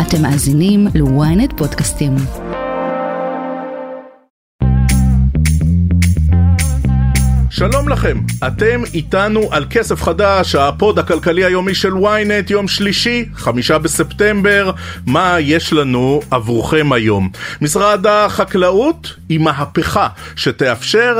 אתם מאזינים ל-ynet פודקאסטים. שלום לכם, אתם איתנו על כסף חדש, הפוד הכלכלי היומי של ynet, יום שלישי, 5 בספטמבר. מה יש לנו עבורכם היום? משרד החקלאות היא מהפכה שתאפשר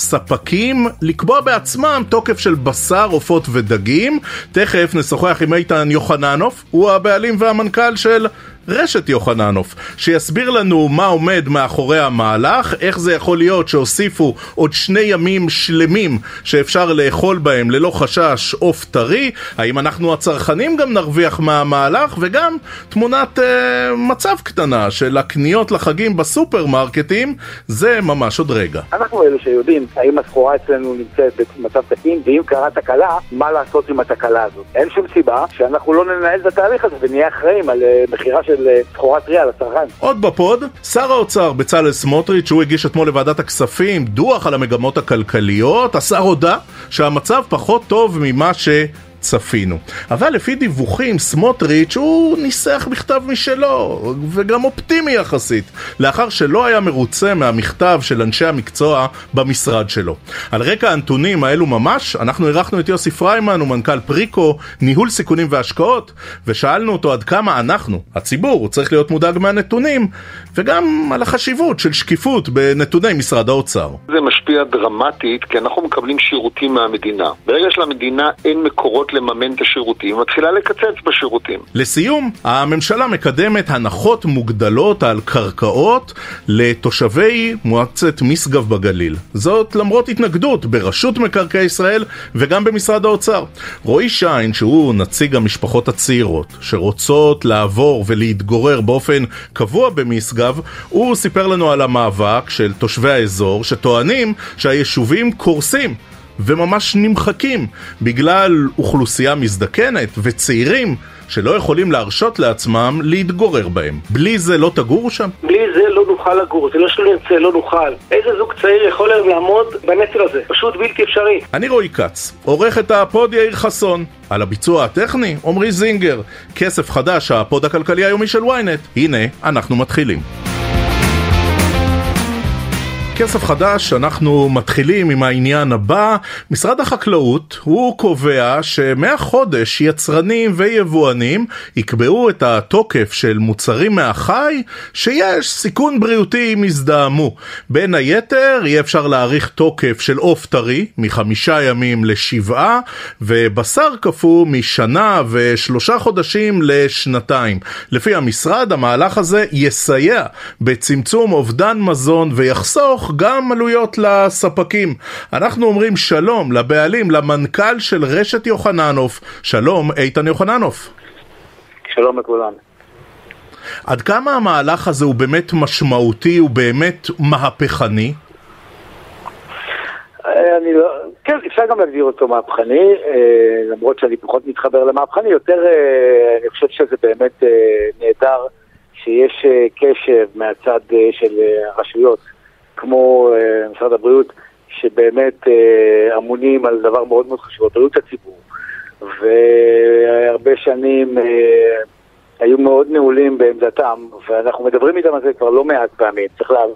לספקים לקבוע בעצמם תוקף של בשר, עופות ודגים. תכף נשוחח עם איתן יוחננוף, הוא הבעלים והמנכ"ל של רשת יוחננוף, שיסביר לנו מה עומד מאחורי המהלך, איך זה יכול להיות שהוסיפו עוד 2 ימים שלמים שאפשר לאכול בהם ללא חשש עוף טרי, האם אנחנו הצרכנים גם נרוויח מהמהלך, וגם תמונת מצב קטנה של הקניות לחגים בסופרמרקטים, זה ממש עוד רגע. אנחנו אלו שיודעים האם הסחורה אצלנו נמצאת במצב תקין, ואם קרה תקלה, מה לעשות עם התקלה הזאת. אין שום סיבה שאנחנו לא ננהל את התהליך הזה ונהיה אחראים על מחירה של סחורה טריה לצרכן. עוד בפוד, שר האוצר בצלאל סמוטריץ', שהוא הגיש אתמול לוועדת הכספים דוח על המגמות הכלכליות. השר הודה שהמצב פחות טוב ממה צפינו. אבל לפי דיווחים, סמוטריץ' הוא ניסח מכתב משלו, וגם אופטימי יחסית, לאחר שלא היה מרוצה מהמכתב של אנשי המקצוע במשרד שלו. על רקע הנתונים האלו ממש, אנחנו ערכנו את יוסי פריימן, הוא מנכ"ל פריקו, ניהול סיכונים והשקעות, ושאלנו אותו עד כמה אנחנו, הציבור, צריך להיות מודאג מהנתונים, וגם על החשיבות של שקיפות בנתוני משרד האוצר. זה משפיע דרמטית, כי אנחנו מקבלים שירותים מהמדינה. ברגע שלמדינה אין מקורות לממן את השירותים, מתחילה לקצץ בשירותים. לסיום, הממשלה מקדמת הנחות מוגדלות על קרקעות לתושבי מועצת משגב בגליל. זאת למרות התנגדות ברשות מקרקעי ישראל וגם במשרד האוצר. רועי שיין, שהוא נציג המשפחות הצעירות שרוצות לעבור ולהתגורר באופן קבוע במשגב, הוא סיפר לנו על המאבק של תושבי האזור שטוענים שהיישובים קורסים וממש נמחקים בגלל אוכלוסייה מזדקנת וצעירים שלא יכולים להרשות לעצמם להתגורר בהם. בלי זה לא תגורו שם? בלי זה לא נוכל לגור, זה לא שלא נרצה, לא נוכל. איזה זוג צעיר יכול לעמוד בנטל הזה? פשוט בלתי אפשרי. אני רועי קץ, עורך את הפוד יאיר חסון. על הביצוע הטכני, עמרי זינגר. כסף חדש, הפוד הכלכלי היומי של ynet. הנה, אנחנו מתחילים. כסף חדש, אנחנו מתחילים עם העניין הבא. משרד החקלאות הוא קובע שמהחודש יצרנים ויבואנים יקבעו את התוקף של מוצרים מהחי שיש סיכון בריאותי אם יזדהמו. בין היתר יהיה אפשר להאריך תוקף של עוף טרי מ5 ימים ל7, ובשר קפוא משנה ו3 חודשים לשנתיים. לפי המשרד, המהלך הזה יסייע בצמצום אובדן מזון ויחסוך גם עלויות לספקים. אנחנו אומרים שלום לבעלים, למנכ"ל של רשת יוחננוף. שלום, איתן יוחננוף. שלום לכולם. עד כמה המהלך הזה הוא באמת משמעותי, הוא באמת מהפכני? כן, אפשר גם להגדיר אותו מהפכני, למרות שאני פחות מתחבר למהפכני, יותר אני חושב שזה באמת נהדר שיש קשב מהצד של הרשויות, כמו משרד הבריאות, שבאמת אמונים על דבר מאוד מאוד חשוב, בריאות הציבור. והרבה שנים היו מאוד נעולים בעמדתם, ואנחנו מדברים איתם על זה כבר לא מעט פעמים. צריך להבין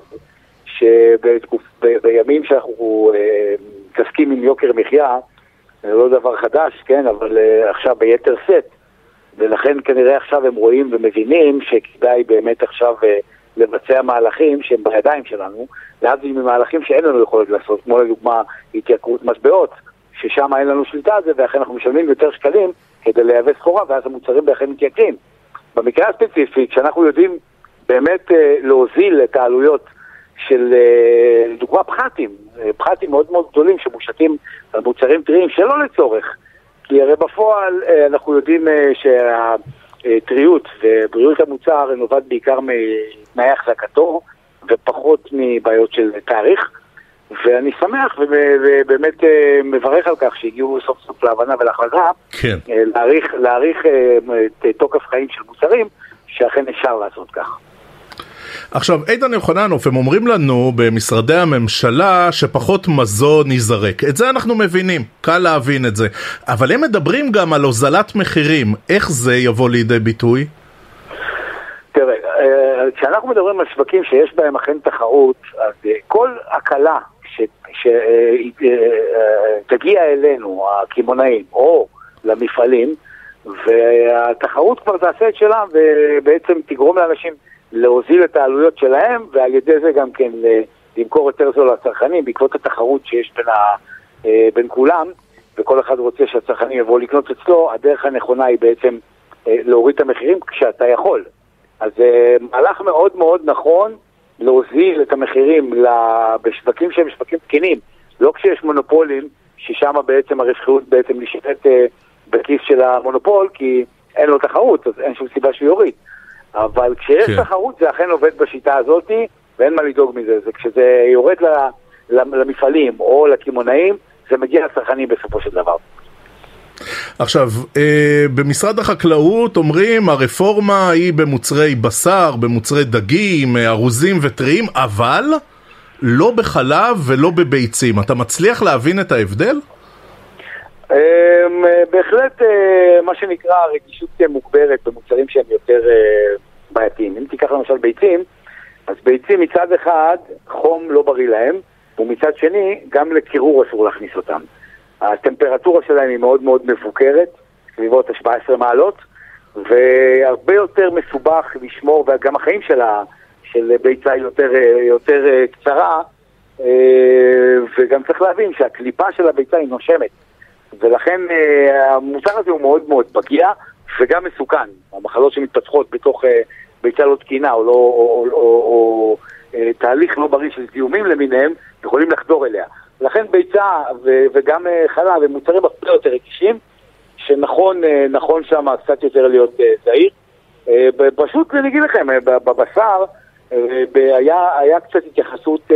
שבימים שאנחנו מתעסקים עם יוקר מחיה, זה לא דבר חדש, כן, אבל עכשיו ביתר סט, ולכן כנראה עכשיו הם רואים ומבינים שכדאי באמת עכשיו לבצע מהלכים שהם בידיים שלנו, להבדיל ממהלכים שאין לנו יכולת לעשות, כמו לדוגמה התייקרות מטבעות, ששם אין לנו שליטה על זה, ואכן אנחנו משלמים יותר שקלים כדי לייבא סחורה, ואז המוצרים באכן מתייקרים. במקרה הספציפי, כשאנחנו יודעים באמת להוזיל את העלויות של דוגמה פחתים מאוד מאוד גדולים שמושתים על מוצרים טריים שלא לצורך, כי הרי בפועל אנחנו יודעים שהטריות ובריאות המוצר נובעת בעיקר מתנאי החזקתו ופחות מבעיות של תאריך, ואני שמח ובאמת מברך על כך שהגיעו סוף סוף להבנה ולהחלטה כן. להאריך תוקף חיים של מוצרים שאכן אפשר לעשות כך. עכשיו, איתן יוחננוף, הם אומרים לנו במשרדי הממשלה שפחות מזון ייזרק. את זה אנחנו מבינים, קל להבין את זה. אבל הם מדברים גם על הוזלת מחירים. איך זה יבוא לידי ביטוי? כשאנחנו מדברים על שווקים שיש בהם אכן תחרות, אז כל הקלה שתגיע אלינו, הקמעונאים, או למפעלים, והתחרות כבר תעשה את שלה, ובעצם תגרום לאנשים להוזיל את העלויות שלהם, ועל ידי זה גם כן למכור יותר זול לצרכנים, בעקבות התחרות שיש בין כולם, וכל אחד רוצה שהצרכנים יבואו לקנות אצלו, הדרך הנכונה היא בעצם להוריד את המחירים כשאתה יכול. אז מהלך מאוד מאוד נכון להוזיל את המחירים בשווקים שהם שווקים תקינים, לא כשיש מונופולים, ששם בעצם הרווחיות בעצם נשארת בכיס של המונופול, כי אין לו תחרות, אז אין שום סיבה שהוא יוריד. אבל כשיש תחרות זה אכן עובד בשיטה הזאת, ואין מה לדאוג מזה. זה כשזה יורד למפעלים או לקמעונאים, זה מגיע לצרכנים בסופו של דבר. עכשיו, במשרד החקלאות אומרים הרפורמה היא במוצרי בשר, במוצרי דגים, ארוזים וטריים, אבל לא בחלב ולא בביצים. אתה מצליח להבין את ההבדל? בהחלט מה שנקרא רגישות מוגברת במוצרים שהם יותר בעייתיים. אם תיקח למשל ביצים, אז ביצים מצד אחד חום לא בריא להם, ומצד שני גם לקירור אסור להכניס אותם. הטמפרטורה שלהם היא מאוד מאוד מבוקרת, סביבות 17 מעלות, והרבה יותר מסובך לשמור, וגם החיים של ביצה יותר קצרה, וגם צריך להבין שהקליפה של הביצה היא נושמת, ולכן המוצר הזה הוא מאוד מאוד פגיע וגם מסוכן. המחלות שמתפתחות בתוך ביצה לא תקינה או תהליך לא בריא של זיהומים למיניהם יכולים לחדור אליה. לכן ביצה וגם חלב ומוצרים הרבה יותר רגישים, שנכון שם קצת יותר להיות זהיר. פשוט אני אגיד לכם, בבשר היה קצת התייחסות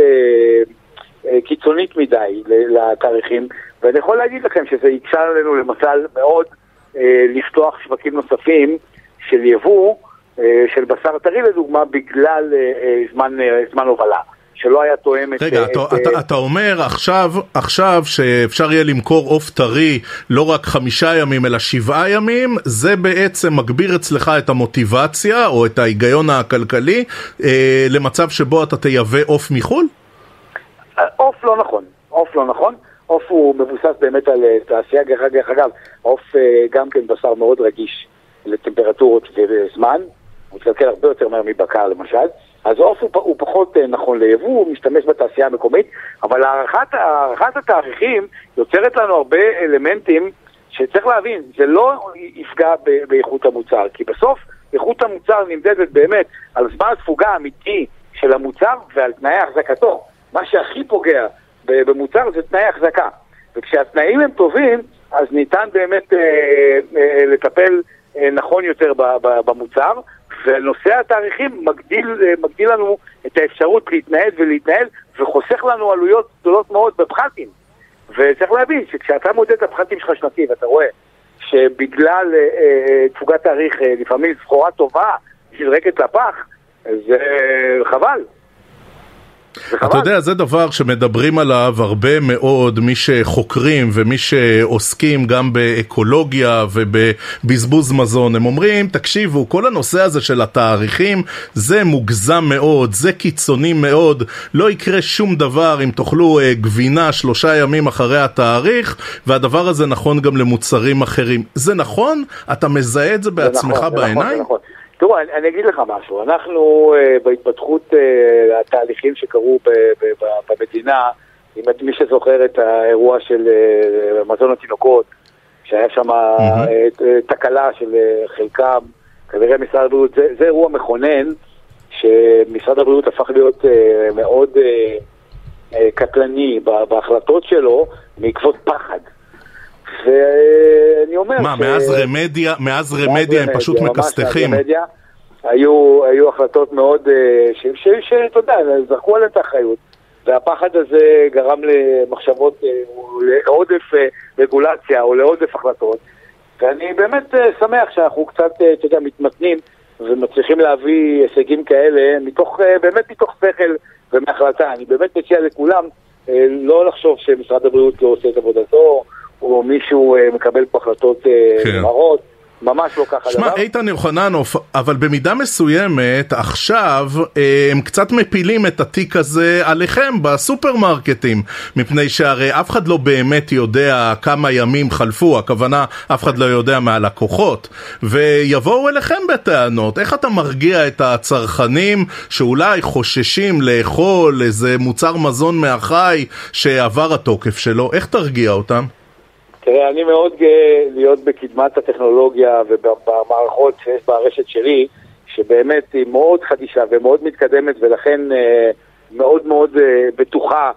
קיצונית מדי לתאריכים, ואני יכול להגיד לכם שזה יקשה עלינו למשל מאוד לפתוח שווקים נוספים של יבוא, של בשר טרי לדוגמה, בגלל זמן הובלה, שלא היה תואם את... רגע, אתה אומר עכשיו שאפשר יהיה למכור עוף טרי לא רק 5 ימים אלא 7 ימים, זה בעצם מגביר אצלך את המוטיבציה או את ההיגיון הכלכלי למצב שבו אתה תייבא עוף מחול? עוף לא נכון. עוף הוא מבוסס באמת על תעשייה, דרך אגב, עוף גם כן בשר מאוד רגיש לטמפרטורות וזמן, הוא מתקלקל הרבה יותר מהר מבקר למשל, אז עוף הוא פחות נכון ליבוא, הוא משתמש בתעשייה המקומית, אבל הערכת התאריכים יוצרת לנו הרבה אלמנטים שצריך להבין, זה לא יפגע באיכות המוצר, כי בסוף איכות המוצר נמדדת באמת על זמן התפוגה האמיתי של המוצר ועל תנאי החזקתו. מה שהכי פוגע במוצר זה תנאי החזקה, וכשהתנאים הם טובים אז ניתן באמת לטפל נכון יותר במוצר, ונושא התאריכים מגדיל לנו את האפשרות להתנהל וחוסך לנו עלויות גדולות מאוד בפחתים. וצריך להבין שכשאתה מודד את הפחתים שלך שנתי ואתה רואה שבגלל תפוגת תאריך לפעמים סחורה טובה נזרקת לפח, זה חבל. אתה יודע, זה דבר שמדברים עליו הרבה מאוד מי שחוקרים ומי שעוסקים גם באקולוגיה ובבזבוז מזון. הם אומרים, תקשיבו, כל הנושא הזה של התאריכים זה מוגזם מאוד, זה קיצוני מאוד, לא יקרה שום דבר אם תאכלו גבינה 3 ימים אחרי התאריך, והדבר הזה נכון גם למוצרים אחרים. זה נכון? אתה מזהה את זה בעצמך בעיניים? נכון. תראו, אני אגיד לך משהו, אנחנו בהתפתחות התהליכים שקרו במדינה, אם מי שזוכר את האירוע של מזון התינוקות, שהיה שם תקלה של חלקם, כנראה משרד הבריאות, זה אירוע מכונן, שמשרד הבריאות הפך להיות מאוד קטלני בהחלטות שלו, בעקבות פחד. ואני אומר מאז רמדיה הם פשוט מקסטחים. היו החלטות מאוד שאתה יודע, זרקו עליהם את האחריות, והפחד הזה גרם למחשבות לעודף רגולציה או לעודף החלטות, ואני באמת שמח שאנחנו קצת מתמתנים ומצליחים להביא הישגים כאלה באמת מתוך שכל ומהחלטה. אני באמת מציע לכולם לא לחשוב שמשרד הבריאות לא עושה את עבודתו, או מישהו מקבל פה החלטות מרות. ממש לא ככה דבר. שמע, איתן יוחננוף, אבל במידה מסוימת, עכשיו הם קצת מפילים את התיק הזה עליכם בסופרמרקטים, מפני שהרי אף אחד לא באמת יודע כמה ימים חלפו, הכוונה אף אחד לא יודע מהלקוחות, ויבואו אליכם בטענות. איך אתה מרגיע את הצרכנים שאולי חוששים לאכול איזה מוצר מזון מהחי שעבר התוקף שלו? איך תרגיע אותם? תראה, אני מאוד גאה להיות בקדמת הטכנולוגיה ובמערכות שיש ברשת שלי, שבאמת היא מאוד חדישה ומאוד מתקדמת, ולכן מאוד מאוד בטוחה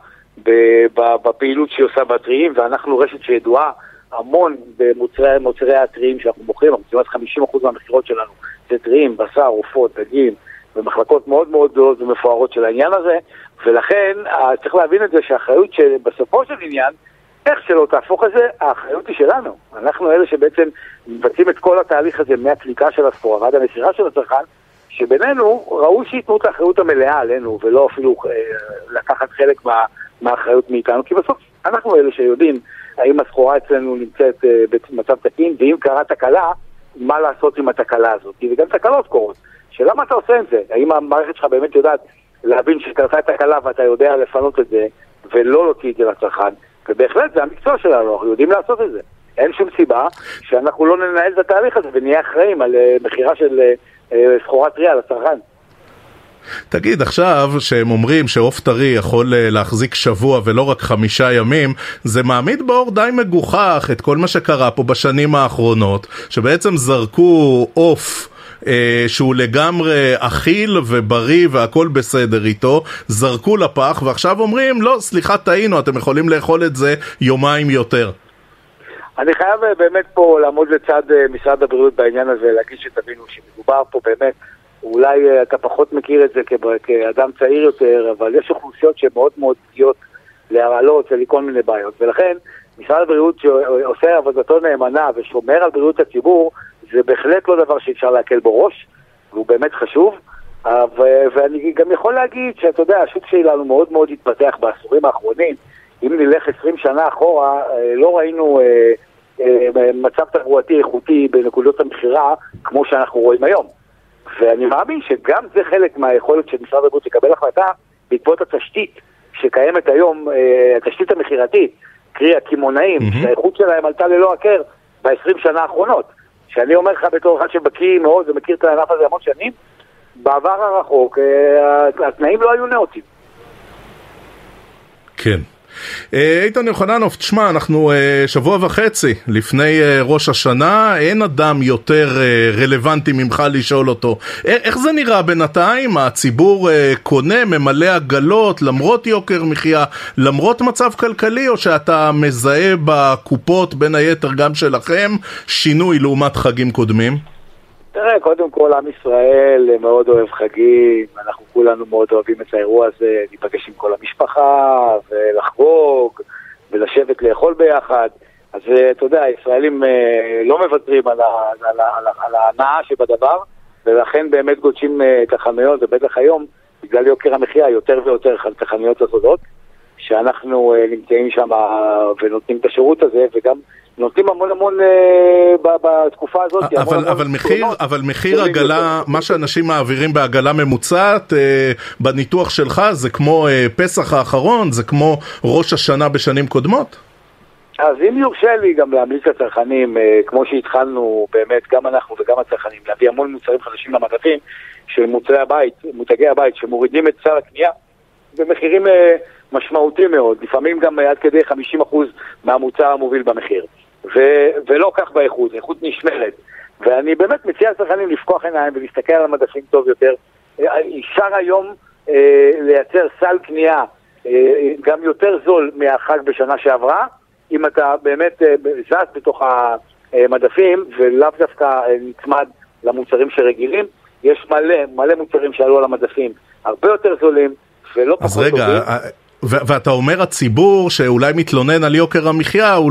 בפעילות שהיא עושה בטריים, ואנחנו רשת שידועה המון במוצרי הטריים שאנחנו מוכרים, כמעט 50% מהמחירות שלנו זה טריים, בשר, עופות, דגים, ומחלקות מאוד מאוד גדולות ומפוארות של העניין הזה, ולכן צריך להבין את זה שהאחריות שבסופו של עניין, איך שלא תהפוך את זה, האחריות היא שלנו. אנחנו אלה שבעצם מבצעים את כל התהליך הזה מהקליקה של הסחורה ועד המסירה של הצרכן, שבינינו ראוי שיתנו את האחריות המלאה עלינו, ולא אפילו לקחת חלק מהאחריות מאיתנו, כי בסוף אנחנו אלה שיודעים האם הסחורה אצלנו נמצאת במצב תקין, ואם קרה תקלה, מה לעשות עם התקלה הזאת. וגם תקלות קורות. שלמה אתה עושה את זה? האם המערכת שלך באמת יודעת להבין שקרתה תקלה ואתה יודע לפנות את זה, ולא להוציא את זה לצרכן? ובהחלט זה המקצוע שלנו, אנחנו יודעים לעשות את זה. אין שום סיבה שאנחנו לא ננהל את התהליך הזה ונהיה אחראים על מחירה של סחורה טריה לצרכן. תגיד, עכשיו שהם אומרים שעוף טרי יכול להחזיק שבוע ולא רק 5 ימים, זה מעמיד באור די מגוחך את כל מה שקרה פה בשנים האחרונות, שבעצם זרקו עוף שהוא לגמרי אכיל ובריא והכל בסדר איתו, זרקו לפח, ועכשיו אומרים, לא, סליחה, טעינו, אתם יכולים לאכול את זה יומיים יותר. אני חייב באמת פה לעמוד לצד משרד הבריאות בעניין הזה, להגיד שתבינו שמדובר פה באמת, אולי אתה פחות מכיר את זה כאדם צעיר יותר, אבל יש אוכלוסיות שמאוד מאוד פגיעות להרעלות ולכל מיני בעיות, ולכן משרד הבריאות שעושה עבודתו נאמנה ושומר על בריאות הציבור, זה בהחלט לא דבר שאפשר להקל בו ראש, והוא באמת חשוב, ואני גם יכול להגיד שאתה יודע, השוק שלנו מאוד מאוד התפתח בעשורים האחרונים. אם נלך 20 שנה אחורה, לא ראינו מצב תברואתי איכותי בנקודות המחירה כמו שאנחנו רואים היום. ואני מאמין שגם זה חלק מהיכולת של משרד הבריאות לקבל החלטה בעקבות התשתית שקיימת היום, התשתית המחירתית, קרי הכימונאים, שהאיכות שלהם עלתה ללא הכר ב-20 שנה האחרונות. שאני אומר לך בתור אחד שבקיא מאוד ומכיר את הענף הזה המון שנים, בעבר הרחוק התנאים לא היו נאותים. כן. איתן יוחננוף, תשמע, אנחנו שבוע וחצי לפני ראש השנה, אין אדם יותר רלוונטי ממך לשאול אותו. איך זה נראה בינתיים? הציבור קונה, ממלא עגלות, למרות יוקר מחיה, למרות מצב כלכלי, או שאתה מזהה בקופות בין היתר גם שלכם שינוי לעומת חגים קודמים? תראה, קודם כל, עם ישראל מאוד אוהב חגים, אנחנו כולנו מאוד אוהבים את האירוע הזה, להיפגש עם כל המשפחה, ולחגוג, ולשבת לאכול ביחד. אז אתה יודע, הישראלים לא מוותרים על ההנאה שבדבר, ולכן באמת גודשים את החנויות, ובטח היום, בגלל יוקר המחיה, יותר ויותר את החנויות הסודות, שאנחנו נמצאים שם ונותנים את השירות הזה, וגם נותנים המון בתקופה הזאת. אבל מחיר עגלה, מה שאנשים מעבירים בעגלה ממוצעת, בניתוח שלך, זה כמו פסח האחרון, זה כמו ראש השנה בשנים קודמות? אז אם יורשה לי גם להמליץ לצרכנים, כמו שהתחלנו באמת, גם אנחנו וגם הצרכנים, להביא המון מוצרים חדשים למדפים של מותגי הבית, שמורידים את סל הקנייה במחירים משמעותיים מאוד, לפעמים גם עד כדי 50% מהמוצר המוביל במחיר. ולא כך באיכות, איכות נשמרת. ואני באמת מציע לצרכנים לפקוח עיניים ולהסתכל על המדפים טוב יותר. אפשר היום לייצר סל קנייה גם יותר זול מהחג בשנה שעברה, אם אתה באמת זז בתוך המדפים ולאו דווקא נצמד למוצרים שרגילים. יש מלא מוצרים שעלו על המדפים, הרבה יותר זולים ולא פחות טובים. אז רגע, ואתה אומר הציבור שאולי מתלונן על יוקר המחיה, הוא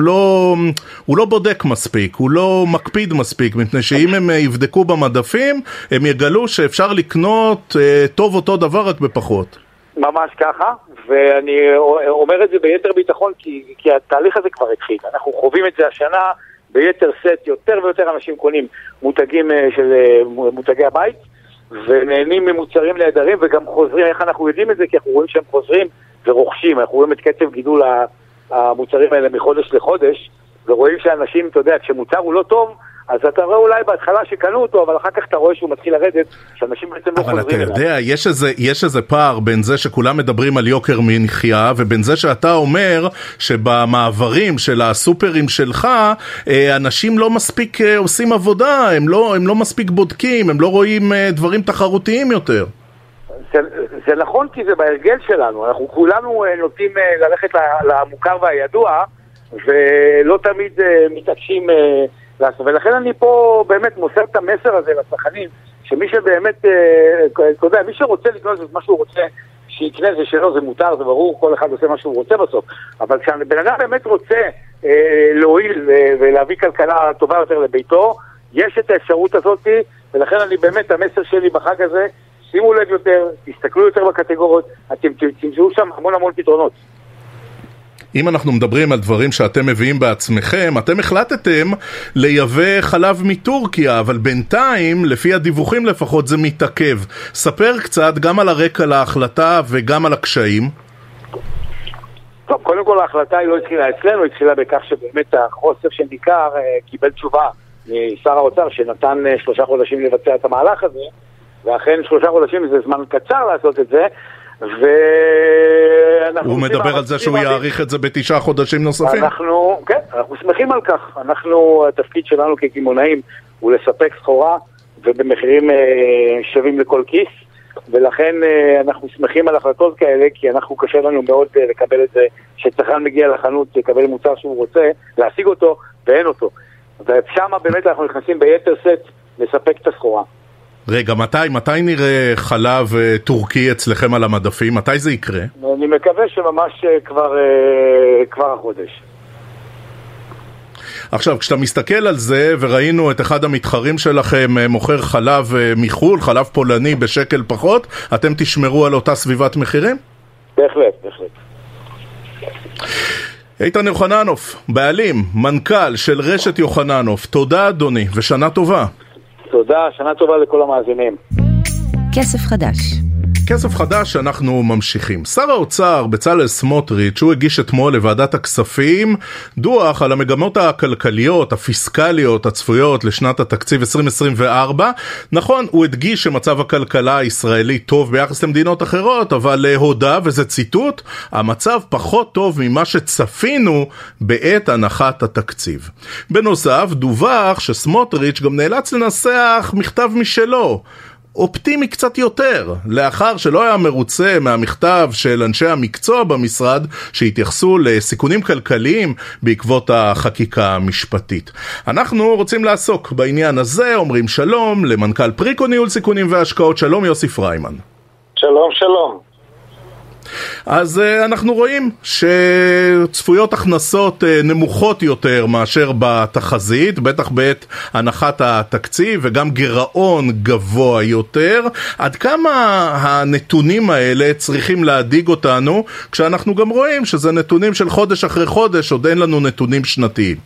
לא בודק מספיק, הוא לא מקפיד מספיק, מפני שאם הם יבדקו במדפים, הם יגלו שאפשר לקנות טוב אותו דבר רק בפחות. ממש ככה, ואני אומר את זה ביתר ביטחון, כי התהליך הזה כבר התחיל. אנחנו חווים את זה השנה ביתר סט יותר ויותר אנשים קונים מותגים של מותגי הבית, ונהנים ממוצרים נהדרים, וגם חוזרים. איך אנחנו יודעים את זה? כי אנחנו רואים שהם חוזרים ורוכשים, אנחנו רואים את קצב גידול המוצרים האלה מחודש לחודש, ורואים שאנשים, אתה יודע, כשמוצר הוא לא טוב, אז אתה רואה אולי בהתחלה שקנו אותו, אבל אחר כך אתה רואה שהוא מתחיל לרדת, שאנשים בעצם לא חוזרים אליו. אבל אתה יודע, יש איזה פער בין זה שכולם מדברים על יוקר מחיה, ובין זה שאתה אומר שבמעברים של הסופרים שלך, אנשים לא מספיק עושים עבודה, הם לא מספיק בודקים, הם לא רואים דברים תחרותיים יותר. זה נכון, כי זה בהרגל שלנו, אנחנו כולנו נוטים ללכת למוכר והידוע, ולא תמיד מתעקשים לעשות. ולכן אני פה באמת מוסר את המסר הזה לצרכנים, שמי שבאמת, אתה יודע, מי שרוצה לקנות את מה שהוא רוצה שיקנה, זה שלו, זה מותר, זה ברור, כל אחד עושה מה שהוא רוצה בסוף. אבל כשבן אדם באמת רוצה להועיל ולהביא כלכלה טובה יותר לביתו, יש את האפשרות הזאת, ולכן אני באמת, המסר שלי בחג הזה, שימו לב יותר, תסתכלו יותר בקטגוריות, אתם תמצאו שם המון פתרונות. אם אנחנו מדברים על דברים שאתם מביאים בעצמכם, אתם החלטתם לייבא חלב מטורקיה, אבל בינתיים, לפי הדיווחים לפחות, זה מתעכב. ספר קצת גם על הרקע להחלטה וגם על הקשיים. טוב, קודם כל ההחלטה היא לא התחילה אצלנו, התחילה בכך שבאמת החוסר שניכר קיבל תשובה משר האוצר שנתן 3 חודשים לבצע את המהלך הזה, ואכן 3 חודשים זה זמן קצר לעשות את זה, הוא מדבר על זה שהוא יאריך את זה ב9 חודשים נוספים. אנחנו שמחים על כך. התפקיד שלנו כקימונאים הוא לספק סחורה ובמחירים שווים לכל כיס, ולכן אנחנו שמחים על החלטות כאלה, כי אנחנו קשה לנו מאוד לקבל את זה שצרכן מגיע לחנות לקבל מוצר שהוא רוצה להשיג אותו ואין אותו, ושם באמת אנחנו נכנסים ביתר סט לספק את הסחורה. רגע, מתי נראה חלב טורקי אצלכם על המדפים? מתי זה יקרה? אני מקווה שממש כבר החודש. עכשיו, כשאתה מסתכל על זה, וראינו את אחד המתחרים שלכם מוכר חלב מחול, חלב פולני בשקל פחות, אתם תשמרו על אותה סביבת מחירים? בהחלט. איתן יוחננוף, בעלים, מנכ"ל של רשת יוחננוף, תודה אדוני, ושנה טובה. תודה, שנה טובה לכל המאזינים. כסף חדש. כסף חדש שאנחנו ממשיכים. שר האוצר בצלאל סמוטריץ' הוא הגיש אתמול לוועדת הכספים דוח על המגמות הכלכליות, הפיסקליות, הצפויות לשנת התקציב 2024. נכון, הוא הדגיש שמצב הכלכלה הישראלי טוב ביחס למדינות אחרות, אבל הודע, וזה ציטוט, המצב פחות טוב ממה שצפינו בעת הנחת התקציב. בנוסף, דווח שסמוטריץ' גם נאלץ לנסח מכתב משלו, אופטימי קצת יותר, לאחר שלא היה מרוצה מהמכתב של אנשי המקצוע במשרד שהתייחסו לסיכונים כלכליים בעקבות החקיקה המשפטית. אנחנו רוצים לעסוק בעניין הזה, אומרים שלום למנכ"ל פריקו ניהול סיכונים והשקעות, שלום יוסי פריימן. שלום. אז אנחנו רואים שצפויות הכנסות נמוכות יותר מאשר בתחזית, בטח בעת הנחת התקציב, וגם גירעון גבוה יותר. עד כמה הנתונים האלה צריכים להדיג אותנו, כשאנחנו גם רואים שזה נתונים של חודש אחרי חודש, עוד אין לנו נתונים שנתיים?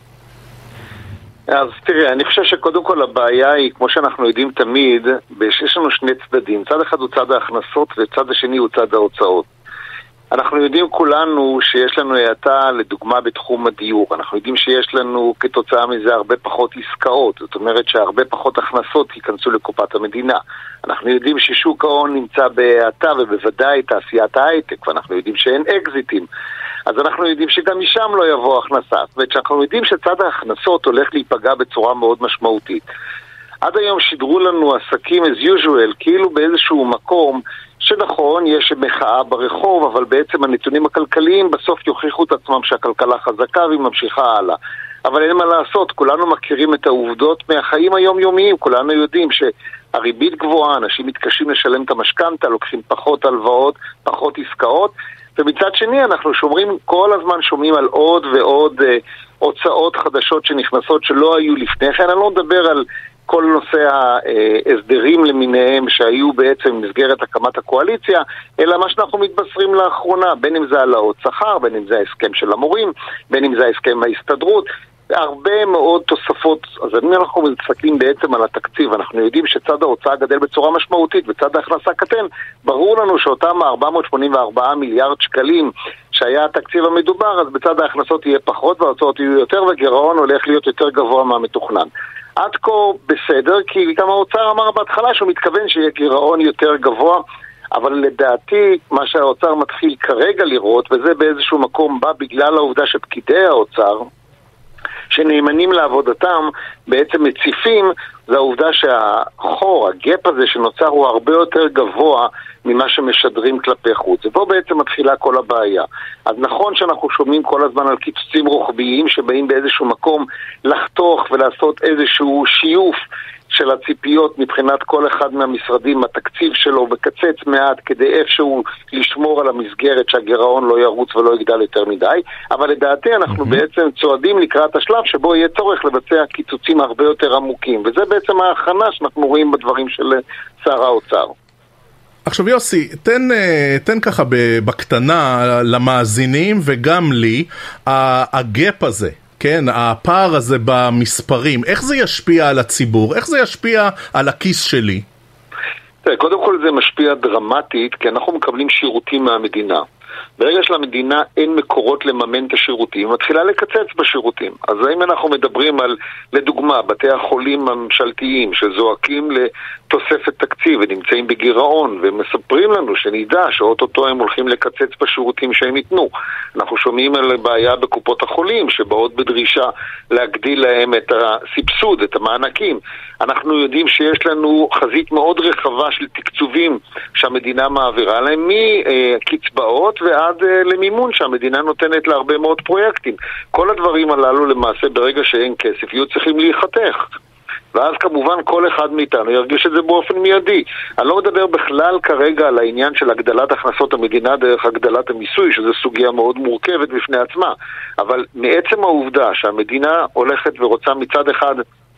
אז תראה, אני חושב שקודם כל הבעיה היא, כמו שאנחנו יודעים תמיד, יש לנו שני צדדים. צד אחד הוא צד ההכנסות, וצד השני הוא צד ההוצאות. אנחנו יודעים כולנו שיש לנו האטה לדוגמה בתחום הדיור. אנחנו יודעים שיש לנו כתוצאה מזה הרבה פחות עסקאות. זאת אומרת שהרבה פחות הכנסות ייכנסו לקופת המדינה. אנחנו יודעים ששוק ההון נמצא בהאטה, ובוודאי תעשיית ההייטק, ואנחנו יודעים שאין אקזיטים. אז אנחנו יודעים שגם משם לא יבוא הכנסה. וכשאנחנו יודעים שצד ההכנסות הולך להיפגע בצורה מאוד משמעותית. עד היום שידרו לנו עסקים as usual, כאילו באיזשהו מקום שנכון, יש מחאה ברחוב, אבל בעצם הנתונים הכלכליים בסוף יוכיחו את עצמם שהכלכלה חזקה והיא ממשיכה הלאה. אבל אין מה לעשות, כולנו מכירים את העובדות מהחיים היומיומיים, כולנו יודעים שהריבית גבוהה, אנשים מתקשים לשלם את המשכנתה, לוקחים פחות הלוואות, פחות עסקאות, ומצד שני אנחנו כל הזמן שומעים על עוד ועוד הוצאות חדשות שנכנסות שלא היו לפני כן. אני לא מדבר על כל נושא ההסדרים למיניהם שהיו בעצם במסגרת הקמת הקואליציה, אלא מה שאנחנו מתבשרים לאחרונה, בין אם זה העלאות שכר, בין אם זה ההסכם של המורים, בין אם זה ההסכם ההסתדרות, הרבה מאוד תוספות. אז אם אנחנו מסתכלים בעצם על התקציב, אנחנו יודעים שצד ההוצאה גדל בצורה משמעותית וצד ההכנסה קטן, ברור לנו שאותם 484 מיליארד שקלים שהיה התקציב המדובר, אז בצד ההכנסות יהיה פחות וההוצאות יהיו יותר, וגירעון הולך להיות יותר גבוה מהמתוכנן. עד כה בסדר, כי גם האוצר אמר בהתחלה שהוא מתכוון שיהיה גירעון יותר גבוה, אבל לדעתי מה שהאוצר מתחיל כרגע לראות, וזה באיזשהו מקום בא בגלל העובדה שפקידי האוצר שנאמנים לעבודתם בעצם מציפים, זה העובדה שהחור, הגאפ הזה שנוצר הוא הרבה יותר גבוה ממה שמשדרים כלפי חוץ. ופה בעצם מתחילה כל הבעיה. אז נכון שאנחנו שומעים כל הזמן על קיצוצים רוחביים שבאים באיזשהו מקום לחתוך ולעשות איזשהו שיוף של הציפיות מבחינת כל אחד מהמשרדים, התקציב שלו מקצץ מעט כדי איפשהו לשמור על המסגרת שהגירעון לא ירוץ ולא יגדל יותר מדי, אבל לדעתי אנחנו בעצם צועדים לקראת השלב שבו יהיה צורך לבצע קיצוצים הרבה יותר עמוקים, וזה בעצם ההכנה שאנחנו רואים בדברים של שר האוצר. עכשיו יוסי, תן ככה בקטנה למאזינים וגם לי, הגאפ הזה, כן, הפער הזה במספרים, איך זה ישפיע על הציבור? איך זה ישפיע על הכיס שלי? קודם כל זה משפיע דרמטית, כי אנחנו מקבלים שירותים מהמדינה. ברגע שלמדינה אין מקורות לממן את השירותים, מתחילה לקצץ בשירותים. אז אם אנחנו מדברים על, לדוגמה, בתי החולים הממשלתיים שזועקים לתוספת תקציב ונמצאים בגירעון ומספרים לנו שנדע שאוטוטו הם הולכים לקצץ בשירותים שהם ייתנו. אנחנו שומעים על בעיה בקופות החולים שבאות בדרישה להגדיל להם את הסבסוד, את המענקים. אנחנו יודעים שיש לנו חזית מאוד רחבה של תקצובים שהמדינה מעבירה להם מקצבאות ועד למימון שהמדינה נותנת להרבה מאוד פרויקטים. כל הדברים הללו למעשה ברגע שאין כסף יהיו צריכים להיחתך. ואז כמובן כל אחד מאיתנו ירגיש את זה באופן מיידי. אני לא מדבר בכלל כרגע על העניין של הגדלת הכנסות המדינה דרך הגדלת המיסוי, שזו סוגיה מאוד מורכבת בפני עצמה. אבל מעצם העובדה שהמדינה הולכת ורוצה מצד אחד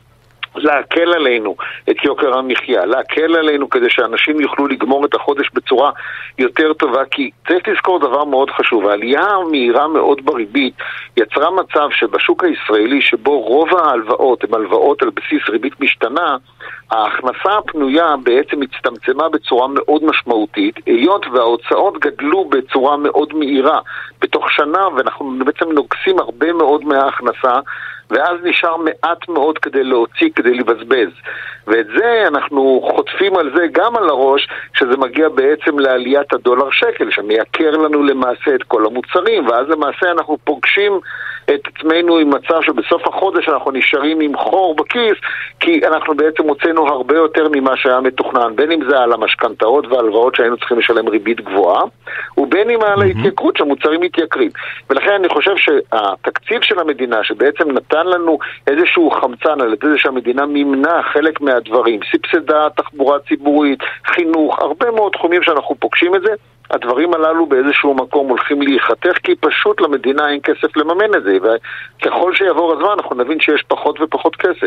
להקל עלינו את יוקר המחיה, להקל עלינו כדי שאנשים יוכלו לגמור את החודש בצורה יותר טובה, כי צריך לזכור דבר מאוד חשוב, העלייה המהירה מאוד בריבית יצרה מצב שבשוק הישראלי שבו רוב ההלוואות הן הלוואות על בסיס ריבית משתנה, ההכנסה הפנויה בעצם הצטמצמה בצורה מאוד משמעותית, היות וההוצאות גדלו בצורה מאוד מהירה בתוך שנה, ואנחנו בעצם נוגסים הרבה מאוד מההכנסה, ואז נשאר מעט מאוד כדי להוציא, כדי לבזבז. ואת זה אנחנו חוטפים על זה גם על הראש, שזה מגיע בעצם לעליית הדולר שקל, שמייקר לנו למעשה את כל המוצרים, ואז למעשה אנחנו פוגשים את עצמנו עם מצב שבסוף החודש אנחנו נשארים עם חור בכיס, כי אנחנו בעצם הוצאנו הרבה יותר ממה שהיה מתוכנן, בין אם זה על המשכנתאות וההלוואות שהיינו צריכים לשלם ריבית גבוהה, ובין אם על ההתייקרות שהמוצרים מתייקרים. ולכן אני חושב שהתקציב של המדינה, שבעצם נתן לנו איזשהו חמצן על זה שהמדינה מימנה חלק מהדברים, סבסדה, תחבורה ציבורית, חינוך, הרבה מאוד תחומים שאנחנו פוגשים את זה, הדברים הללו באיזשהו מקום הולכים להיחתך, כי פשוט למדינה אין כסף לממן את זה, וככל שיעבור הזמן אנחנו נבין שיש פחות ופחות כסף.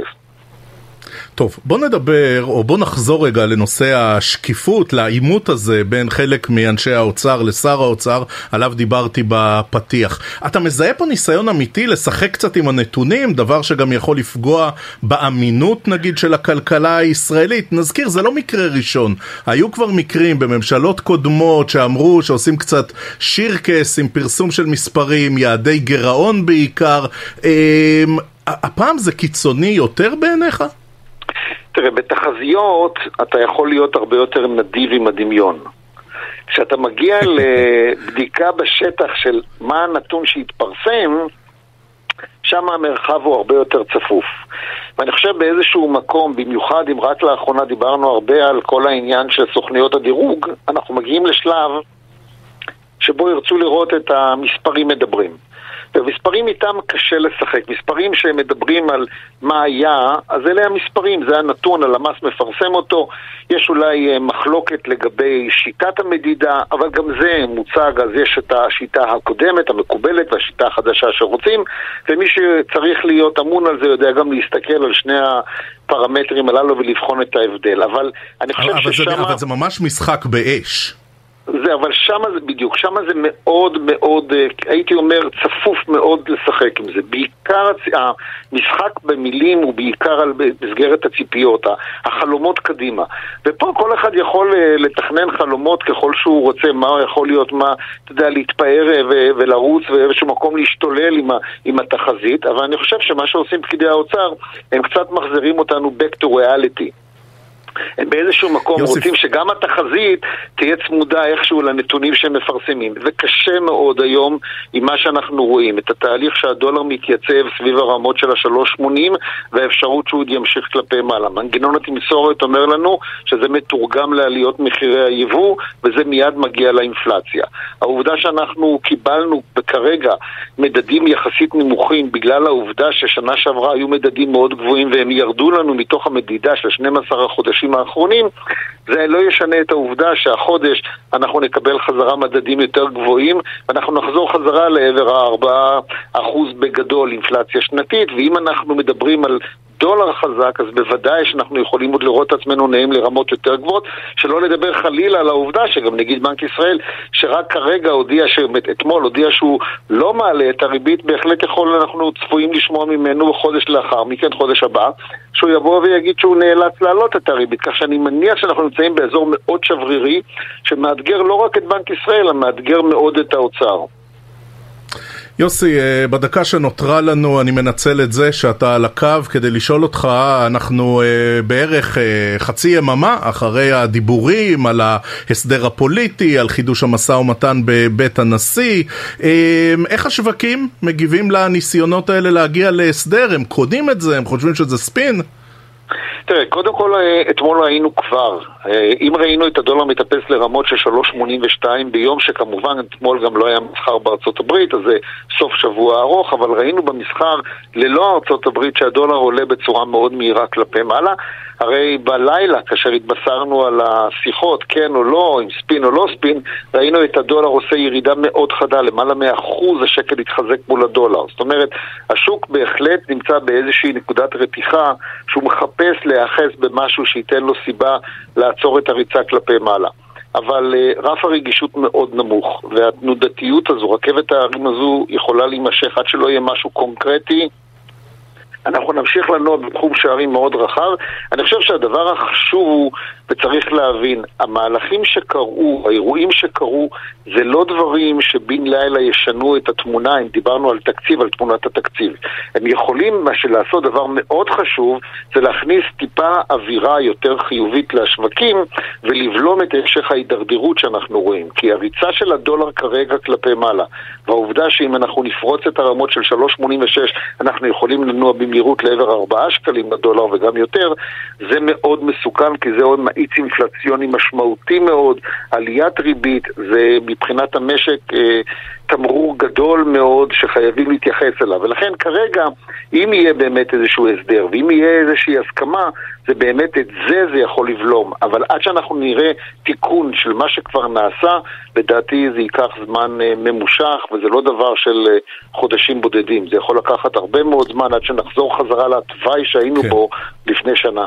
טוב, בוא נדבר, או בוא נחזור רגע לנושא השקיפות, לעימות הזה בין חלק מאנשי האוצר לשר האוצר, עליו דיברתי בפתיח. אתה מזהה פה ניסיון אמיתי לשחק קצת עם הנתונים, דבר שגם יכול לפגוע באמינות נגיד של הכלכלה הישראלית. נזכיר, זה לא מקרה ראשון. היו כבר מקרים בממשלות קודמות שאמרו שעושים קצת שירקס עם פרסום של מספרים, יעדי גירעון בעיקר. הפעם זה קיצוני יותר בעיניך? תראה, בתחזיות אתה יכול להיות הרבה יותר נדיב עם הדמיון. כשאתה מגיע לבדיקה בשטח של מה הנתון שהתפרסם, שם המרחב הוא הרבה יותר צפוף. ואני חושב באיזשהו מקום, במיוחד אם רק לאחרונה דיברנו הרבה על כל העניין של סוכניות הדירוג, אנחנו מגיעים לשלב שבו ירצו לראות את המספרים מדברים. ומספרים איתם קשה לשחק. מספרים שמדברים על מה היה, אז אלה המספרים, זה הנתון, הלמ"ס מפרסם אותו. יש אולי מחלוקת לגבי שיטת המדידה, אבל גם זה מוצג, אז יש את השיטה הקודמת, המקובלת, והשיטה החדשה שרוצים, ומי שצריך להיות אמון על זה יודע גם להסתכל על שני הפרמטרים הללו ולבחון את ההבדל. אבל אני חושב ששם... אבל זה ממש משחק באש. אבל שמה זה בדיוק, שמה זה מאוד מאוד, הייתי אומר, צפוף מאוד לשחק עם זה. בעיקר המשחק במילים הוא בעיקר על מסגרת הציפיות, החלומות קדימה. ופה כל אחד יכול לתכנן חלומות ככל שהוא רוצה, מה יכול להיות, מה, אתה יודע, להתפאר ולרוץ ואיזשהו מקום להשתולל עם התחזית, אבל אני חושב שמה שעושים פקידי האוצר, הם קצת מחזירים אותנו back to reality. הם באיזשהו מקום רוצים שגם התחזית תהיה צמודה איכשהו לנתונים שהם מפרסמים. זה קשה מאוד היום עם מה שאנחנו רואים, את התהליך שהדולר מתייצב סביב הרמות של ה-3.80 והאפשרות שהוא ימשיך כלפי מעלה. מנגנון התמסורת אומר לנו שזה מתורגם לעליות מחירי היבוא וזה מיד מגיע לאינפלציה. העובדה שאנחנו קיבלנו כרגע מדדים יחסית נמוכים בגלל העובדה ששנה שעברה היו מדדים מאוד גבוהים והם ירדו לנו מתוך המדידה של 12 החודשים האחרונים, זה לא ישנה את העובדה שהחודש אנחנו נקבל חזרה מדדים יותר גבוהים ואנחנו נחזור חזרה לעבר 4% בגדול אינפלציה שנתית, ואם אנחנו מדברים על דולר חזק, אז בוודאי שאנחנו יכולים עוד לראות את עצמנו נעים לרמות יותר גבוהות, שלא לדבר חלילה על העובדה שגם נגיד בנק ישראל, שרק כרגע אתמול הודיע שהוא לא מעלה את הריבית, בהחלט אנחנו צפויים לשמוע ממנו בחודש לאחר מכן, חודש הבא, שהוא יבוא ויגיד שהוא נאלץ להעלות את הריבית, כך שאני מניח שאנחנו נמצאים באזור מאוד שברירי, שמאתגר לא רק את בנק ישראל, אלא מאתגר מאוד את האוצר. יוסי, בדקה שנותרה לנו אני מנצל את זה שאתה על הקו כדי לשאול אותך, אנחנו בערך חצי יממה אחרי הדיבורים על ההסדר הפוליטי, על חידוש המשא ומתן בבית הנשיא, איך השווקים מגיבים לניסיונות האלה להגיע להסדר? הם קונים את זה? הם חושבים שזה ספין? תראה, קודם כל אתמול ראינו כבר, אם ראינו את הדולר מטפס לרמות של 3.82 ביום שכמובן אתמול גם לא היה מסחר בארצות הברית, אז זה סוף שבוע ארוך, אבל ראינו במסחר ללא ארצות הברית שהדולר עולה בצורה מאוד מהירה כלפי מעלה. הרי בלילה, כאשר התבשרנו על השיחות, כן או לא, עם ספין או לא ספין, ראינו את הדולר עושה ירידה מאוד חדה, למעלה מ1% השקל התחזק מול הדולר. זאת אומרת, השוק בהחלט נמצא באיזושהי נקודת רתיחה, שהוא מחפש להיאחז במשהו שייתן לו סיבה לעצור את הריצה כלפי מעלה. אבל רף הרגישות מאוד נמוך, והתנודתיות הזו, רכבת הערים הזו, יכולה להימשך עד שלא יהיה משהו קונקרטי. אנחנו נמשיך לנוע בתחום שערים מאוד רחב. אני חושב שהדבר החשוב הוא, וצריך להבין, המהלכים שקרו, האירועים שקרו, זה לא דברים שבין לילה ישנו את התמונה, אם דיברנו על תקציב, על תמונת התקציב. הם יכולים, מה שלעשות דבר מאוד חשוב, זה להכניס טיפה אווירה יותר חיובית לשווקים, ולבלום את המשך ההידרדרות שאנחנו רואים. כי הריצה של הדולר כרגע כלפי מעלה, והעובדה שאם אנחנו נפרוץ את הרמות של 3.86, אנחנו יכולים לנוע במהירות לעבר 4 שקלים לדולר וגם יותר, זה מאוד מסוכן, כי זה עוד מאיץ אינפלציוני משמעותי מאוד, עליית ריבית, זה מבחינת המשק תמרור גדול מאוד שחייבים להתייחס אליו, ולכן כרגע אם יהיה באמת איזשהו הסדר ואם יהיה איזושהי הסכמה, זה באמת את זה יכול לבלום, אבל עד שאנחנו נראה תיקון של מה שכבר נעשה, לדעתי זה ייקח זמן ממושך, וזה לא דבר של חודשים בודדים, זה יכול לקחת הרבה מאוד זמן עד שנחזור חזרה לתוואי שהיינו בו לפני שנה.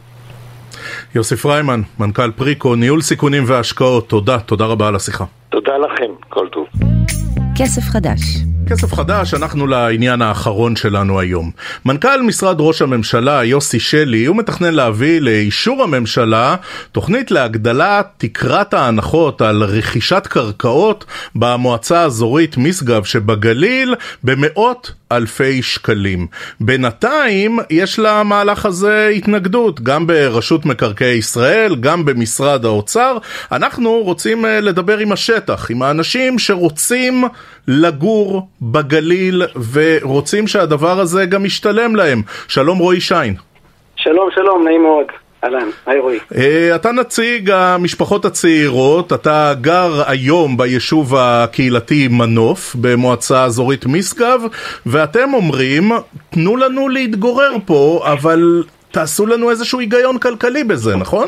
יוסי פריימן, מנכ"ל פריקו, ניהול סיכונים והשקעות, תודה רבה על השיחה. תודה לכם, כל טוב. כסף חדש. כסף חדש, אנחנו לעניין האחרון שלנו היום. מנכ"ל משרד ראש הממשלה יוסי שלי, הוא מתכנן להביא לאישור הממשלה תוכנית להגדלת תקרת ההנחות על רכישת קרקעות במועצה האזורית משגב שבגליל במאות אלפי שקלים. בינתיים יש למהלך הזה התנגדות, גם ברשות מקרקעי ישראל, גם במשרד האוצר. אנחנו רוצים לדבר עם השטח, עם האנשים שרוצים לגור בגליל ורוצים שהדבר הזה גם ישתלם להם. שלום רועי שיין. שלום, נעים מאוד. אהלן, היי רועי. אתה נציג המשפחות הצעירות, אתה גר היום ביישוב הקהילתי מנוף במועצה אזורית משגב, ואתם אומרים, תנו לנו להתגורר פה, אבל תעשו לנו איזשהו היגיון כלכלי בזה, נכון?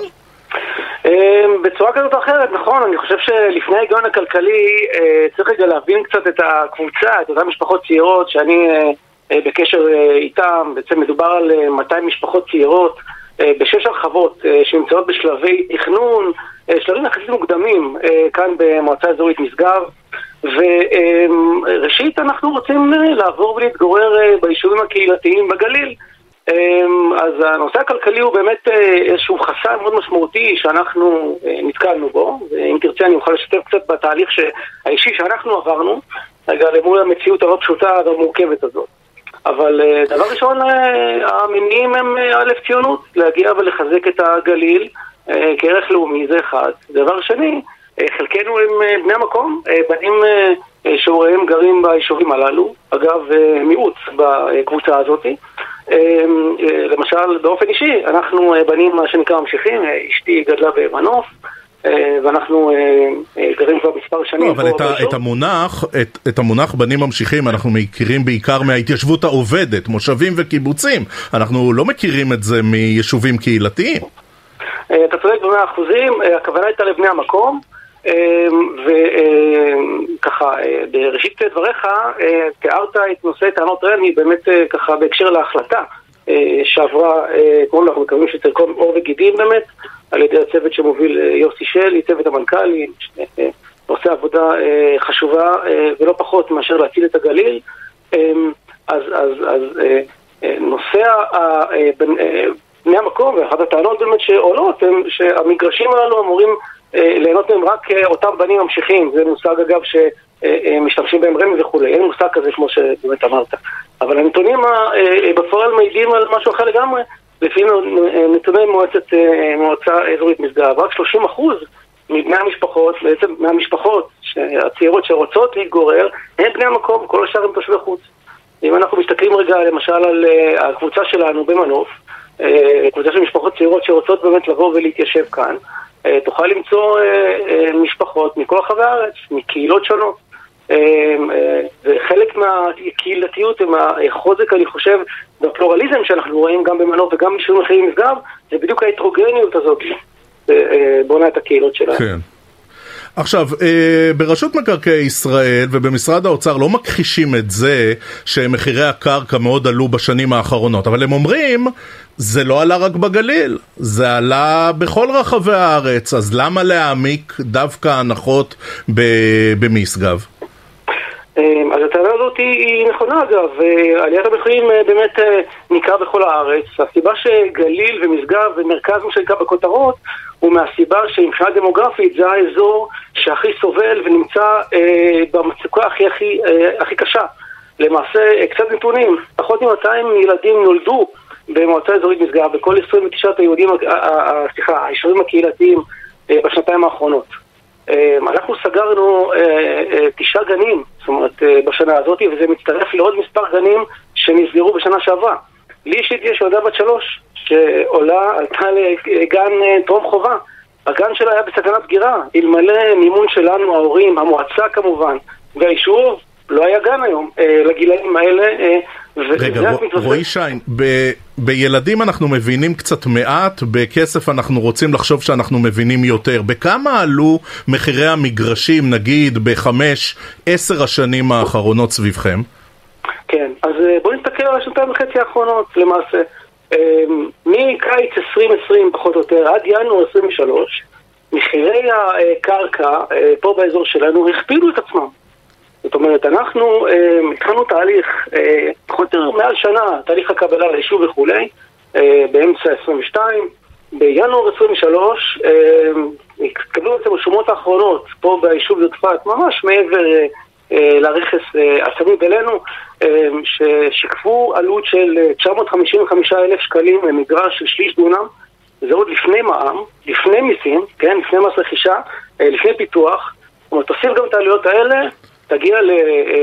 בצורה כזאת או אחרת, נכון. אני חושב שלפני ההיגיון הכלכלי צריך רגע להבין קצת את הקבוצה, את אותן משפחות צעירות שאני בקשר איתם. בעצם מדובר על 200 משפחות צעירות בשש הרחבות שנמצאות בשלבי תכנון, שלבים יחסית מוקדמים כאן במועצה אזורית משגב. וראשית אנחנו רוצים לעבור ולהתגורר ביישובים הקהילתיים בגליל. אז הנושא הכלכלי הוא באמת איזשהו חסם מאוד משמעותי שאנחנו נתקלנו בו, ואם תרצה אני אוכל לשתף קצת בתהליך האישי שאנחנו עברנו רגע למול המציאות הלא פשוטה והמורכבת הזאת. אבל דבר ראשון, המניעים הם א' ציונות, להגיע ולחזק את הגליל כערך לאומי, זה אחד. דבר שני, חלקנו הם בני המקום, בנים שהוריהם גרים ביישובים הללו, אגב מיעוט בקבוצה הזאת. למשל באופן אישי, אנחנו בנים מה שנקרא ממשיכים, אשתי גדלה במנוף, ואנחנו גרים כבר מספר שנים. אבל את המונח בנים ממשיכים אנחנו מכירים בעיקר מההתיישבות העובדת, מושבים וקיבוצים. אנחנו לא מכירים את זה מיישובים קהילתיים. אתה צודק ב100%, הכוונה הייתה לבני המקום, וככה בראשית דבריך תיארת את נושא טענות רמ"י באמת ככה בהקשר להחלטה שעברה, כמו אנחנו מקווים שתרקום אור וגידים באמת על ידי הצוות שמוביל יוסי שלי, צוות המנכ"לים, עושה עבודה חשובה ולא פחות מאשר להציל את הגליל. אז נושא בני המקום, ואחת הטענות באמת שעולות הם שהמגרשים הללו אמורים ליהנות מהם רק אותם בנים ממשיכים. זה מושג אגב שמשתמשים בהם רמ"י וכו', אין מושג כזה כמו שבאמת אמרת, אבל הנתונים בפועל מעידים על משהו אחר לגמרי. לפי נתוני מועצה אזורית משגב, רק 30% מבני המשפחות, בעצם מהמשפחות הצעירות שרוצות להתגורר, הם בני המקום, כל השאר הם תושבי חוץ. אם אנחנו מסתכלים רגע למשל על הקבוצה שלנו במנוף, קבוצה של משפחות צעירות שרוצות באמת לבוא ולהתיישב כאן, תוכל למצוא משפחות מכל רחבי הארץ, מקהילות שונות. וחלק מהקהילתיות ומהחוזק, אני חושב, והפלורליזם שאנחנו רואים גם במנוף וגם ביישובים אחרים משגב, זה בדיוק ההטרוגניות הזאת בונה את הקהילות שלהם. כן. עכשיו, ברשות מקרקעי ישראל ובמשרד האוצר לא מכחישים את זה שמחירי הקרקע מאוד עלו בשנים האחרונות, אבל הם אומרים, זה לא עלה רק בגליל, זה עלה בכל רחבי הארץ, אז למה להעמיק דווקא הנחות במשגב? אז הטענה הזאת היא נכונה אגב, עליית המחירים באמת ניכרה בכל הארץ. הסיבה שגליל ומשגב ומרכז מה שנקרא בכותרות הוא מהסיבה שמבחינה דמוגרפית זה האזור שהכי סובל ונמצא במצוקה הכי קשה. למעשה, קצת נתונים, פחות מ-200 ילדים נולדו במועצה אזורית משגב, בכל 29 היישובים הקהילתיים בשנתיים האחרונות. אנחנו סגרנו 9 גנים, זאת אומרת, בשנה הזאת, וזה מצטרף לעוד מספר גנים שנסגרו בשנה שעברה. לי אישית יש ילדה בת 3 עלתה לגן טרום חובה. הגן שלה היה בסכנת סגירה, אלמלא מימון שלנו, ההורים, המועצה כמובן, והיישוב, לא היה גן היום לגילאים האלה. רגע, רועי שיין, בילדים אנחנו מבינים קצת מעט, בכסף אנחנו רוצים לחשוב שאנחנו מבינים יותר. בכמה עלו מחירי המגרשים, נגיד, ב5-10 השנים האחרונות סביבכם? כן, אז בואו נסתכל על השנתיים וחצי האחרונות, למעשה. מקיץ 2020 פחות או יותר עד ינואר 23, מחירי הקרקע פה באזור שלנו הכפילו את עצמם. זאת אומרת, אנחנו התחלנו תהליך פחות או יותר מעל שנה, תהליך הקבלה ליישוב וכו', באמצע 22, בינואר 23, התקבלו את הרשומות האחרונות פה ביישוב יודפת, ממש מעבר לרכס הסמוד אלינו, ששיקפו עלות של 955,000 שקלים למגרש של שליש דונם. זה עוד לפני מע"מ, לפני מיסים, כן, לפני מס רכישה, לפני פיתוח. זאת אומרת, תוסיף גם את העלויות האלה, תגיע ל...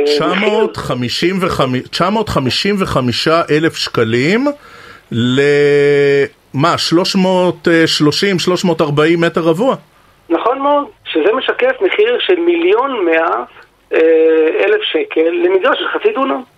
955,000 שקלים למה? 330-340 מטר רבוע? נכון מאוד, שזה משקף מחיר של 1,100,000 שקל למגרש של חצי דונם.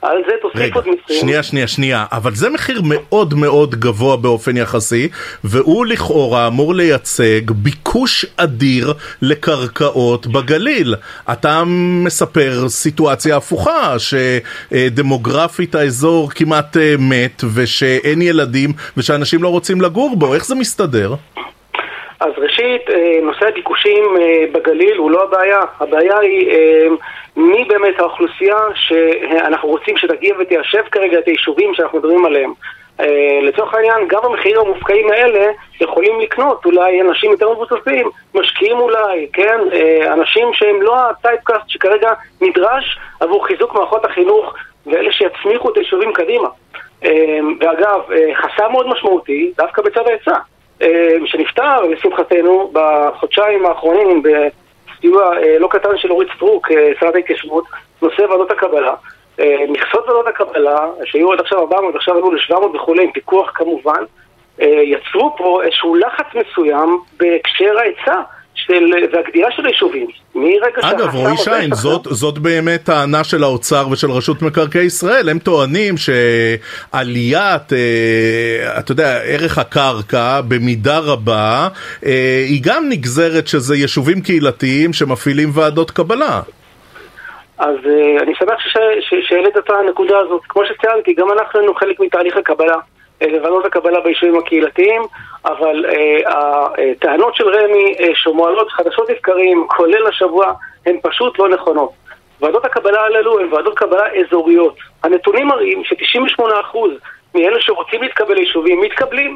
על זה תוסיף עוד מיסים. שנייה, אבל זה מחיר מאוד מאוד גבוה באופן יחסי, והוא לכאורה אמור לייצג ביקוש אדיר לקרקעות בגליל. אתה מספר סיטואציה הפוכה, שדמוגרפית האזור כמעט מת, ושאין ילדים, ושאנשים לא רוצים לגור בו. איך זה מסתדר? אז ראשית, נושא הביקושים בגליל הוא לא הבעיה. הבעיה היא מי באמת האוכלוסייה שאנחנו רוצים שתגיע ותיישב כרגע את היישובים שאנחנו מדברים עליהם. לצורך העניין, גם המחירים המופקעים האלה יכולים לקנות אולי אנשים יותר מבוססים, משקיעים אולי, כן? אנשים שהם לא הטייפקאסט שכרגע נדרש עבור חיזוק מערכות החינוך ואלה שיצמיחו את היישובים קדימה. ואגב, חסם מאוד משמעותי, דווקא בצד ההיצע, שנפטר לשמחתנו בחודשיים האחרונים בסיוע לא קטן של אורית סטרוק, שרת ההתיישבות, נושא ועדות הקבלה. מכסות ועדות הקבלה, שהיו עד עכשיו 400, עכשיו עלו ל-700 וכו', עם פיקוח כמובן, יצרו פה איזשהו לחץ מסוים בהקשר ההיצע והגדילה של היישובים. אגב, רועי שיין, זאת באמת טענה של האוצר ושל רשות מקרקעי ישראל. הם טוענים שעליית, אתה יודע, ערך הקרקע במידה רבה, היא גם נגזרת שזה יישובים קהילתיים שמפעילים ועדות קבלה. אז אני שמח שהעלית את הנקודה הזאת. כמו שציינתי, גם אנחנו היינו חלק מתהליך הקבלה, ועדות הקבלה ביישובים הקהילתיים, אבל הטענות של רמי שמועלות חדשות לבקרים, כולל השבוע, הן פשוט לא נכונות. ועדות הקבלה הללו הן ועדות קבלה אזוריות. הנתונים מראים ש98% מאלה שרוצים להתקבל ליישובים מתקבלים,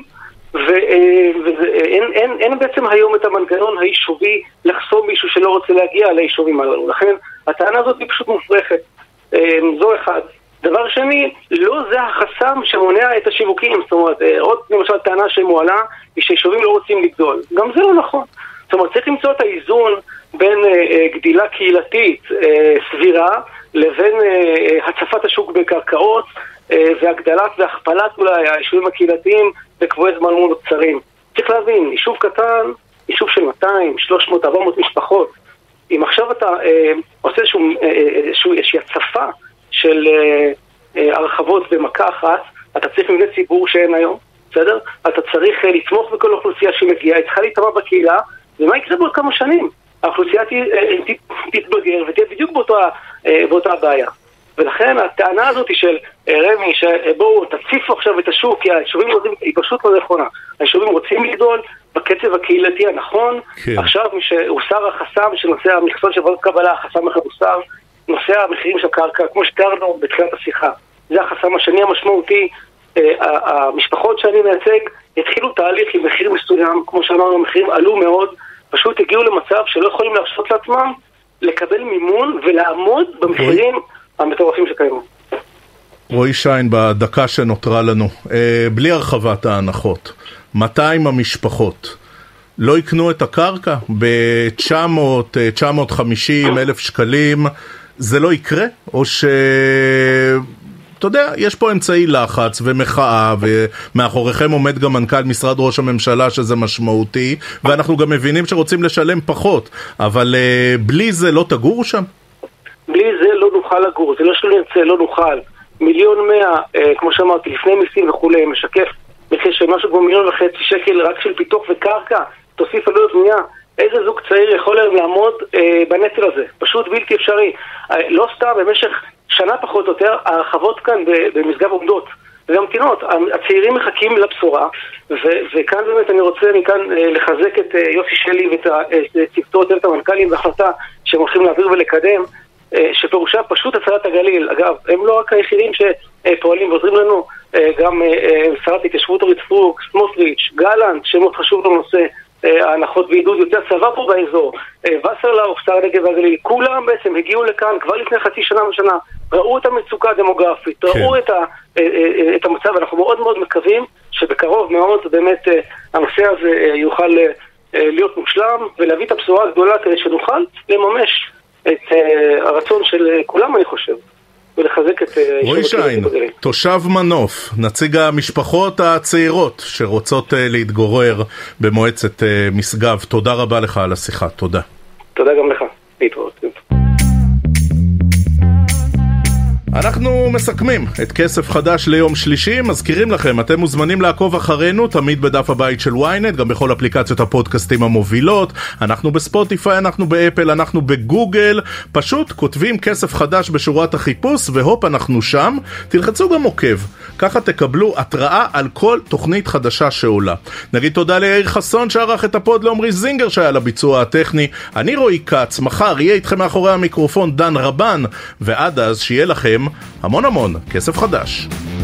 ואין בעצם היום את המנגנון היישובי לחסום מישהו שלא רוצה להגיע ליישובים הללו. לכן הטענה הזאת היא פשוט מופרכת. זו אחד. דבר שני, לא זה החסם שמונע את השיווקים. זאת אומרת, עוד למשל טענה שמועלה היא שיישובים לא רוצים לגדול. גם זה לא נכון. זאת אומרת, צריך למצוא את האיזון בין גדילה קהילתית סבירה לבין הצפת השוק בקרקעות והגדלת והכפלת אולי היישובים הקהילתיים בקבועי זמן מאוד קצרים. צריך להבין, יישוב קטן, יישוב של 200, 300, 400 משפחות. אם עכשיו אתה עושה איזושהי הצפה של הרחבות במכה אחת, אתה צריך מבנה ציבור שאין היום, בסדר? אתה צריך לתמוך בכל האוכלוסייה שמגיעה, היא צריכה להתאמה בקהילה, ומה יקרה בעוד כמה שנים? האוכלוסייה תתבגר ותהיה בדיוק באותה הבעיה. ולכן הטענה הזאת של רמי, שבואו תציפו עכשיו את השוק, כי היישובים רוצים, היא פשוט לא נכונה. היישובים רוצים לגדול בקצב הקהילתי הנכון, כן. עכשיו מי שהוסר החסם של נושא המכסות של ועדות קבלה, החסם אחד הוסר, נושא המחירים של קרקע, כמו שתיארנו בתחילת השיחה. זה החסם השני המשמעותי. המשפחות שאני מייצג התחילו תהליך עם מחיר מסוים, כמו שאמרנו, המחירים עלו מאוד, פשוט הגיעו למצב שלא יכולים להרשות לעצמם לקבל מימון ולעמוד במחירים המטורפים שקיימו. רועי שיין, בדקה שנותרה לנו, בלי הרחבת ההנחות, 200 המשפחות לא יקנו את הקרקע ב-950 אלף שקלים, זה לא יקרה? או אתה יודע, יש פה אמצעי לחץ ומחאה, ומאחוריכם עומד גם מנכ"ל משרד ראש הממשלה שזה משמעותי, ואנחנו גם מבינים שרוצים לשלם פחות, אבל בלי זה לא תגורו שם? בלי זה לא נוכל לגור, זה לא שנרצה, לא נוכל. 1,100,000, כמו שאמרתי, לפני מיסים וכולי, משקף מחיר של משהו כמו 1.5 מיליון שקל רק של פיתוח וקרקע, תוסיף עלויות בנייה. איזה זוג צעיר יכול לעמוד בנטל הזה? פשוט בלתי אפשרי. לא סתם, במשך שנה פחות או יותר, הרחבות כאן במשגב עומדות וממתינות. הצעירים מחכים לבשורה, וכאן באמת אני רוצה מכאן לחזק את יוסי שלי ואת צוותו, את המנכ"לים בהחלטה שהם הולכים להעביר ולקדם, שפירושה פשוט הצלת הגליל. אגב, הם לא רק היחידים שפועלים ועוזרים לנו, גם שרת ההתיישבות אורית סטרוק, סמוטריץ', גלנט, שמאוד חשוב לנושא ההנחות ועידוד יוצא הצבא פה באזור, וסרלאוף, שר הנגב והגליל, כולם בעצם הגיעו לכאן כבר לפני חצי שנה ושנה, ראו את המצוקה הדמוגרפית, ראו את המצב. אנחנו מאוד מאוד מקווים שבקרוב מאוד באמת הנושא הזה יוכל להיות מושלם ולהביא את הבשורה הגדולה כדי שנוכל לממש את הרצון של כולם, אני חושב, ולחזק את רועי שיין, תושב מנוף, נציג המשפחות הצעירות שרוצות להתגורר במועצת משגב, תודה רבה לך על השיחה. תודה. תודה גם לך. להתראות. אנחנו מסכמים את כסף חדש ליום שלישי, מזכירים לכם, אתם מוזמנים לעקוב אחרינו, תמיד בדף הבית של ynet, גם בכל אפליקציות הפודקאסטים המובילות, אנחנו בספוטיפיי, אנחנו באפל, אנחנו בגוגל, פשוט כותבים כסף חדש בשורת החיפוש, והופ אנחנו שם, תלחצו גם עוקב, ככה תקבלו התראה על כל תוכנית חדשה שעולה. נגיד תודה ליאיר חסון שערך את הפוד, לעומרי זינגר שהיה לביצוע הטכני, אני רועי קץ, מחר יהיה איתכם מאחורי המיקרופון דן רבן, ועד אז שיהיה לכם המון המון כסף חדש.